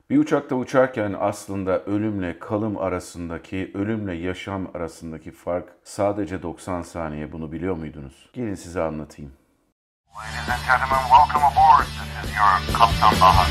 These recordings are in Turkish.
Bir uçakta uçarken aslında ölümle kalım arasındaki, ölümle yaşam arasındaki fark sadece 90 saniye. Bunu biliyor muydunuz? Gelin size anlatayım. Ladies and gentlemen, welcome aboard. This is your Kaptan Baha.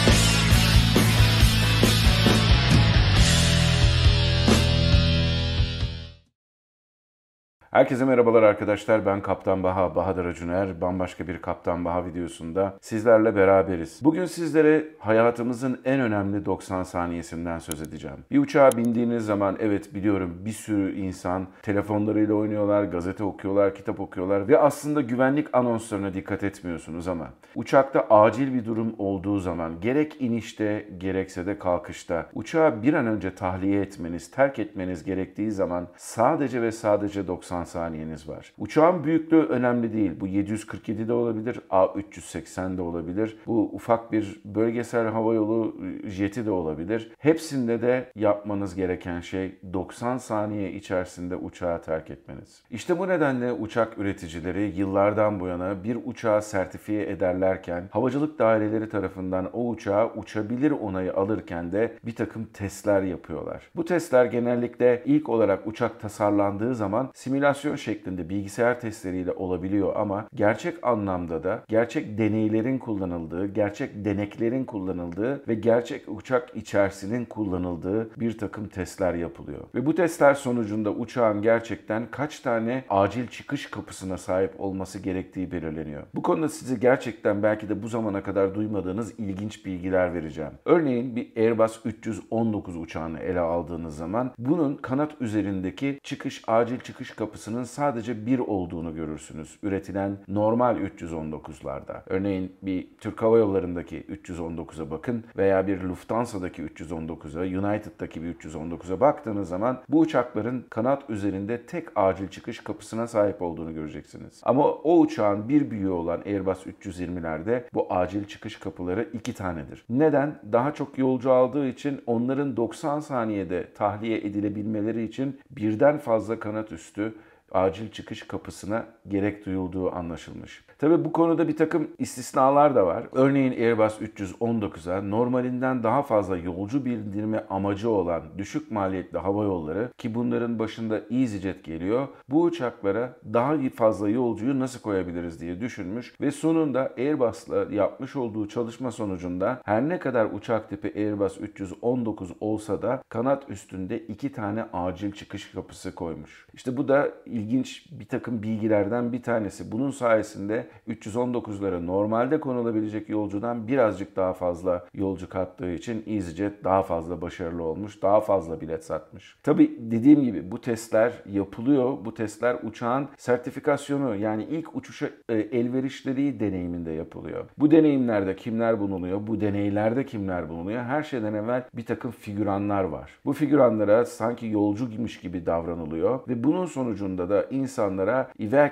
Herkese merhabalar arkadaşlar. Ben Kaptan Baha, Bahadır Acuner. Bambaşka bir Kaptan Baha videosunda sizlerle beraberiz. Bugün sizlere hayatımızın en önemli 90 saniyesinden söz edeceğim. Bir uçağa bindiğiniz zaman evet biliyorum bir sürü insan telefonlarıyla oynuyorlar, gazete okuyorlar, kitap okuyorlar ve aslında güvenlik anonslarına dikkat etmiyorsunuz ama uçakta acil bir durum olduğu zaman gerek inişte gerekse de kalkışta uçağı bir an önce tahliye etmeniz, terk etmeniz gerektiği zaman sadece ve sadece 90 saniyeniz var. Uçağın büyüklüğü önemli değil. Bu 747 de olabilir, A380 de olabilir. Bu ufak bir bölgesel havayolu jeti de olabilir. Hepsinde de yapmanız gereken şey 90 saniye içerisinde uçağı terk etmeniz. İşte bu nedenle uçak üreticileri yıllardan bu yana bir uçağı sertifiye ederlerken havacılık daireleri tarafından o uçağa uçabilir onayı alırken de bir takım testler yapıyorlar. Bu testler genellikle ilk olarak uçak tasarlandığı zaman simülasyon şeklinde bilgisayar testleriyle olabiliyor ama gerçek anlamda da gerçek deneylerin kullanıldığı, gerçek deneklerin kullanıldığı ve gerçek uçak içerisinin kullanıldığı bir takım testler yapılıyor. Ve bu testler sonucunda uçağın gerçekten kaç tane acil çıkış kapısına sahip olması gerektiği belirleniyor. Bu konuda size gerçekten belki de bu zamana kadar duymadığınız ilginç bilgiler vereceğim. Örneğin bir Airbus 319 uçağını ele aldığınız zaman bunun kanat üzerindeki acil çıkış kapısının sadece bir olduğunu görürsünüz. Üretilen normal 319'larda. Örneğin bir Türk Hava Yolları'ndaki 319'a bakın veya bir Lufthansa'daki 319'a, United'daki bir 319'a baktığınız zaman bu uçakların kanat üzerinde tek acil çıkış kapısına sahip olduğunu göreceksiniz. Ama o uçağın bir büyüğü olan Airbus 320'lerde bu acil çıkış kapıları 2 tanedir. Neden? Daha çok yolcu aldığı için onların 90 saniyede tahliye edilebilmeleri için birden fazla kanat üstü acil çıkış kapısına gerek duyulduğu anlaşılmış. Tabii bu konuda bir takım istisnalar da var. Örneğin Airbus 319'a normalinden daha fazla yolcu bindirme amacı olan düşük maliyetli hava yolları ki bunların başında EasyJet geliyor. Bu uçaklara daha fazla yolcuyu nasıl koyabiliriz diye düşünmüş ve sonunda Airbus'la yapmış olduğu çalışma sonucunda her ne kadar uçak tipi Airbus 319 olsa da kanat üstünde 2 tane acil çıkış kapısı koymuş. İşte bu da ilginç bir takım bilgilerden bir tanesi. Bunun sayesinde 319'lara normalde konulabilecek yolcudan birazcık daha fazla yolcu kattığı için EasyJet daha fazla başarılı olmuş, daha fazla bilet satmış. Tabii dediğim gibi bu testler yapılıyor. Bu testler uçağın sertifikasyonu yani ilk uçuşa elverişliliği deneyiminde yapılıyor. Bu deneyimlerde kimler bulunuyor? Bu deneylerde kimler bulunuyor? Her şeyden evvel bir takım figüranlar var. Bu figüranlara sanki yolcuymuş gibi davranılıyor ve bunun sonucunda da insanlara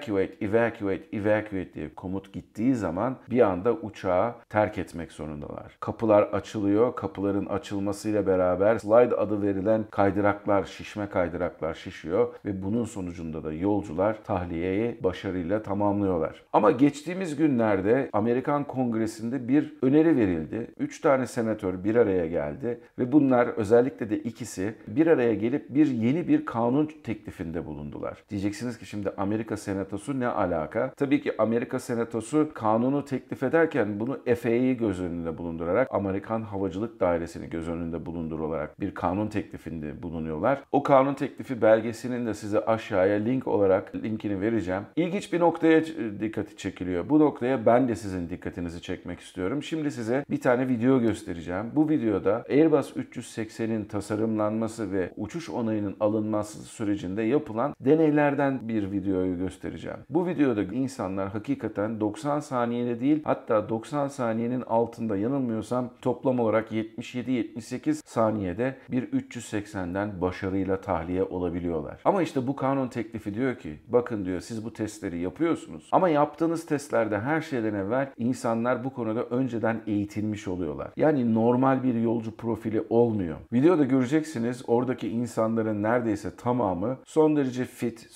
evacuate diye komut gittiği zaman bir anda uçağı terk etmek zorundalar. Kapılar açılıyor. Kapıların açılmasıyla beraber slide adı verilen kaydıraklar, şişme kaydıraklar şişiyor ve bunun sonucunda da yolcular tahliyeyi başarıyla tamamlıyorlar. Ama geçtiğimiz günlerde Amerikan Kongresi'nde bir öneri verildi. 3 tane senatör bir araya geldi ve bunlar özellikle de ikisi bir araya gelip yeni bir kanun teklifinde bulundular. Diyeceksiniz ki şimdi Amerika Senatosu ne alaka? Tabii ki Amerika Senatosu kanunu teklif ederken bunu FAA'yı göz önünde bulundurarak Amerikan Havacılık Dairesi'ni göz önünde bulundurarak bir kanun teklifinde bulunuyorlar. O kanun teklifi belgesinin de size aşağıya link olarak linkini vereceğim. İlginç bir noktaya dikkati çekiliyor. Bu noktaya ben de sizin dikkatinizi çekmek istiyorum. Şimdi size bir tane video göstereceğim. Bu videoda Airbus 380'in tasarımlanması ve uçuş onayının alınması sürecinde yapılan deneylerden bir videoyu göstereceğim. Bu videoda insanlar hakikaten 90 saniyede değil hatta 90 saniyenin altında yanılmıyorsam toplam olarak 77-78 saniyede bir 380'den başarıyla tahliye olabiliyorlar. Ama işte bu kanun teklifi diyor ki bakın diyor siz bu testleri yapıyorsunuz ama yaptığınız testlerde her şeyden evvel insanlar bu konuda önceden eğitilmiş oluyorlar. Yani normal bir yolcu profili olmuyor. Videoda göreceksiniz oradaki insanların neredeyse tamamı son derece fit,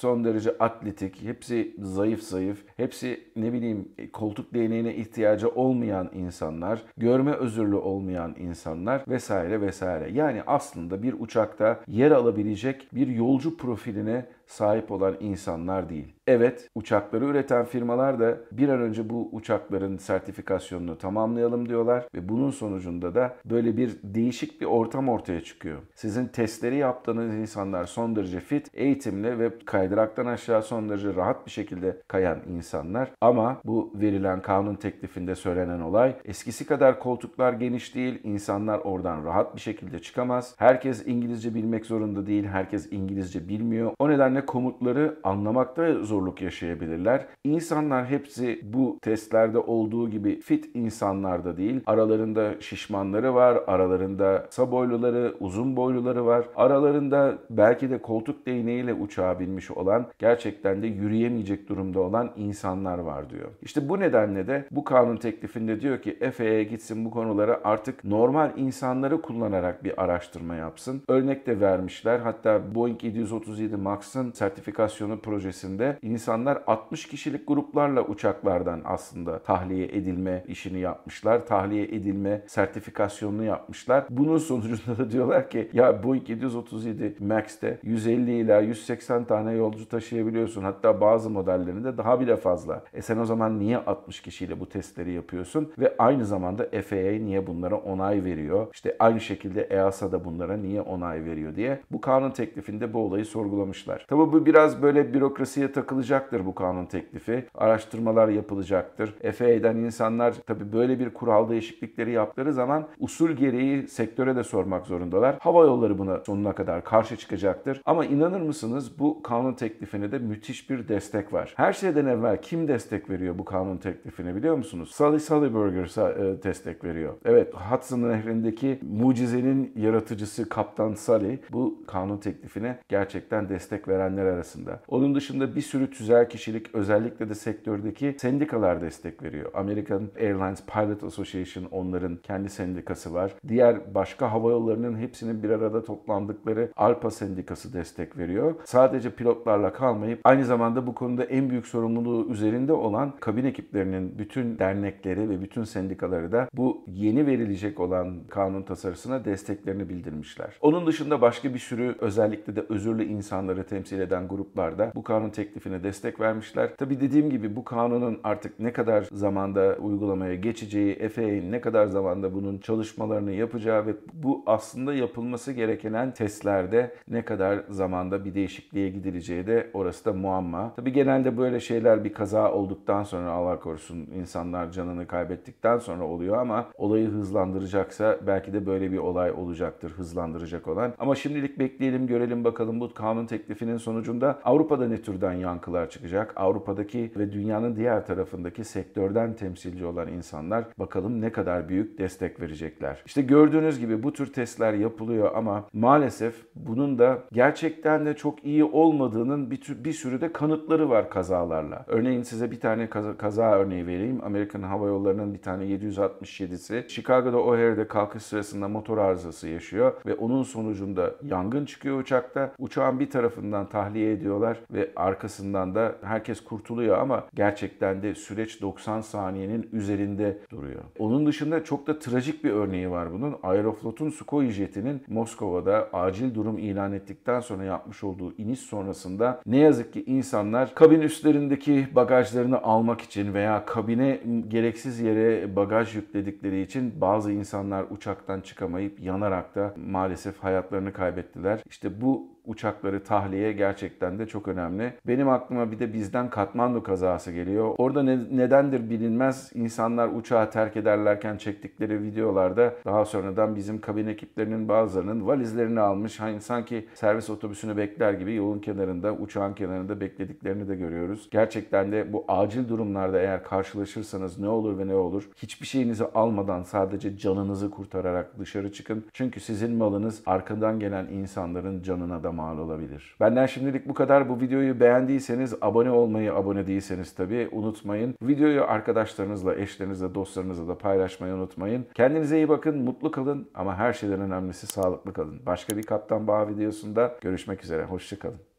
son derece atletik, hepsi zayıf, hepsi ne bileyim koltuk değneğine ihtiyacı olmayan insanlar, görme özürlü olmayan insanlar vesaire vesaire. Yani aslında bir uçakta yer alabilecek bir yolcu profiline sahip olan insanlar değil. Evet, uçakları üreten firmalar da bir an önce bu uçakların sertifikasyonunu tamamlayalım diyorlar ve bunun sonucunda da böyle bir değişik bir ortam ortaya çıkıyor. Sizin testleri yaptığınız insanlar son derece fit, eğitimli ve kaydıraktan aşağı son derece rahat bir şekilde kayan insanlar. Ama bu verilen kanun teklifinde söylenen olay, eskisi kadar koltuklar geniş değil, insanlar oradan rahat bir şekilde çıkamaz. Herkes İngilizce bilmek zorunda değil, herkes İngilizce bilmiyor. O nedenle komutları anlamakta zorluk yaşayabilirler. İnsanlar hepsi bu testlerde olduğu gibi fit insanlar da değil. Aralarında şişmanları var, aralarında kısa boyluları, uzun boyluları var. Aralarında belki de koltuk değneğiyle uçağa binmiş olan, gerçekten de yürüyemeyecek durumda olan insanlar var diyor. İşte bu nedenle de bu kanun teklifinde diyor ki FAA gitsin bu konulara artık normal insanları kullanarak bir araştırma yapsın. Örnek de vermişler. Hatta Boeing 737 MAX'ın sertifikasyonu projesinde insanlar 60 kişilik gruplarla uçaklardan aslında tahliye edilme işini yapmışlar. Tahliye edilme sertifikasyonunu yapmışlar. Bunun sonucunda da diyorlar ki ya Boeing 737 MAX'te 150 ila 180 tane yolcu taşıyabiliyorsun. Hatta bazı modellerinde daha bile fazla. Sen o zaman niye 60 kişiyle bu testleri yapıyorsun? Ve aynı zamanda FAA niye bunlara onay veriyor? İşte aynı şekilde EASA da bunlara niye onay veriyor diye bu kanun teklifinde bu olayı sorgulamışlar. Tabii bu biraz böyle bürokrasiye takılacaktır bu kanun teklifi. Araştırmalar yapılacaktır. FAA'den insanlar tabii böyle bir kural değişiklikleri yaptıkları zaman usul gereği sektöre de sormak zorundalar. Hava yolları buna sonuna kadar karşı çıkacaktır. Ama inanır mısınız bu kanun teklifine de müthiş bir destek var. Her şeyden evvel kim destek veriyor bu kanun teklifine biliyor musunuz? Sullyburger destek veriyor. Evet, Hudson Nehri'ndeki mucizenin yaratıcısı Kaptan Sully bu kanun teklifine gerçekten destek verenler arasında. Onun dışında bir sürü tüzel kişilik, özellikle de sektördeki sendikalar destek veriyor. American Airlines Pilot Association onların kendi sendikası var. Diğer başka havayollarının hepsinin bir arada toplandıkları ALPA sendikası destek veriyor. Sadece pilotlarla kalmayıp aynı zamanda bu konuda en büyük sorumluluğu üzerinde olan kabin ekiplerinin bütün dernekleri ve bütün sendikaları da bu yeni verilecek olan kanun tasarısına desteklerini bildirmişler. Onun dışında başka bir sürü özellikle de özürlü insanları temsil eden gruplar da bu kanun teklifine destek vermişler. Tabii dediğim gibi bu kanunun artık ne kadar zamanda uygulamaya geçeceği, FAA'nin ne kadar zamanda bunun çalışmalarını yapacağı ve bu aslında yapılması gereken testlerde ne kadar zamanda bir değişikliğe gidileceği de orası da muamma. Tabii genelde böyle şeyler bir kaza olduktan sonra Allah korusun insanlar canını kaybettikten sonra oluyor ama olayı hızlandıracaksa belki de böyle bir olay olacaktır hızlandıracak olan. Ama şimdilik bekleyelim görelim bakalım bu kanun teklifinin sonucunda Avrupa'da ne türden yankılar çıkacak? Avrupa'daki ve dünyanın diğer tarafındaki sektörden temsilci olan insanlar bakalım ne kadar büyük destek verecekler. İşte gördüğünüz gibi bu tür testler yapılıyor ama maalesef bunun da gerçekten de çok iyi olmadığının bir sürü de kanıtları var kazalarla. Örneğin size bir tane kaza örneği vereyim. Amerikan Hava Yolları'nın bir tane 767'si Chicago'da O'Hare'de kalkış sırasında motor arızası yaşıyor ve onun sonucunda yangın çıkıyor uçakta. Uçağın bir tarafından tahliye ediyorlar ve arkasından da herkes kurtuluyor ama gerçekten de süreç 90 saniyenin üzerinde duruyor. Onun dışında çok da trajik bir örneği var bunun. Aeroflot'un Sukhoi jetinin Moskova'da acil durum ilan ettikten sonra yapmış olduğu iniş sonrasında ne yazık ki insanlar kabin üstlerindeki bagajlarını almak için veya kabine gereksiz yere bagaj yükledikleri için bazı insanlar uçaktan çıkamayıp yanarak da maalesef hayatlarını kaybettiler. İşte bu uçakları tahliye gerçekten de çok önemli. Benim aklıma bir de bizden Katmandu kazası geliyor. Orada nedendir bilinmez insanlar uçağı terk ederlerken çektikleri videolarda daha sonradan bizim kabin ekiplerinin bazılarının valizlerini almış sanki servis otobüsünü bekler gibi yolun kenarında, uçağın kenarında beklediklerini de görüyoruz. Gerçekten de bu acil durumlarda eğer karşılaşırsanız ne olur ve ne olur? Hiçbir şeyinizi almadan sadece canınızı kurtararak dışarı çıkın. Çünkü sizin malınız arkadan gelen insanların canına da mal olabilir. Benden şimdilik bu kadar. Bu videoyu beğendiyseniz abone olmayı, abone değilseniz tabii unutmayın. Videoyu arkadaşlarınızla, eşlerinizle, dostlarınızla da paylaşmayı unutmayın. Kendinize iyi bakın, mutlu kalın ama her şeyden önemlisi sağlıklı kalın. Başka bir Kaptan Baha videosunda görüşmek üzere. Hoşça kalın.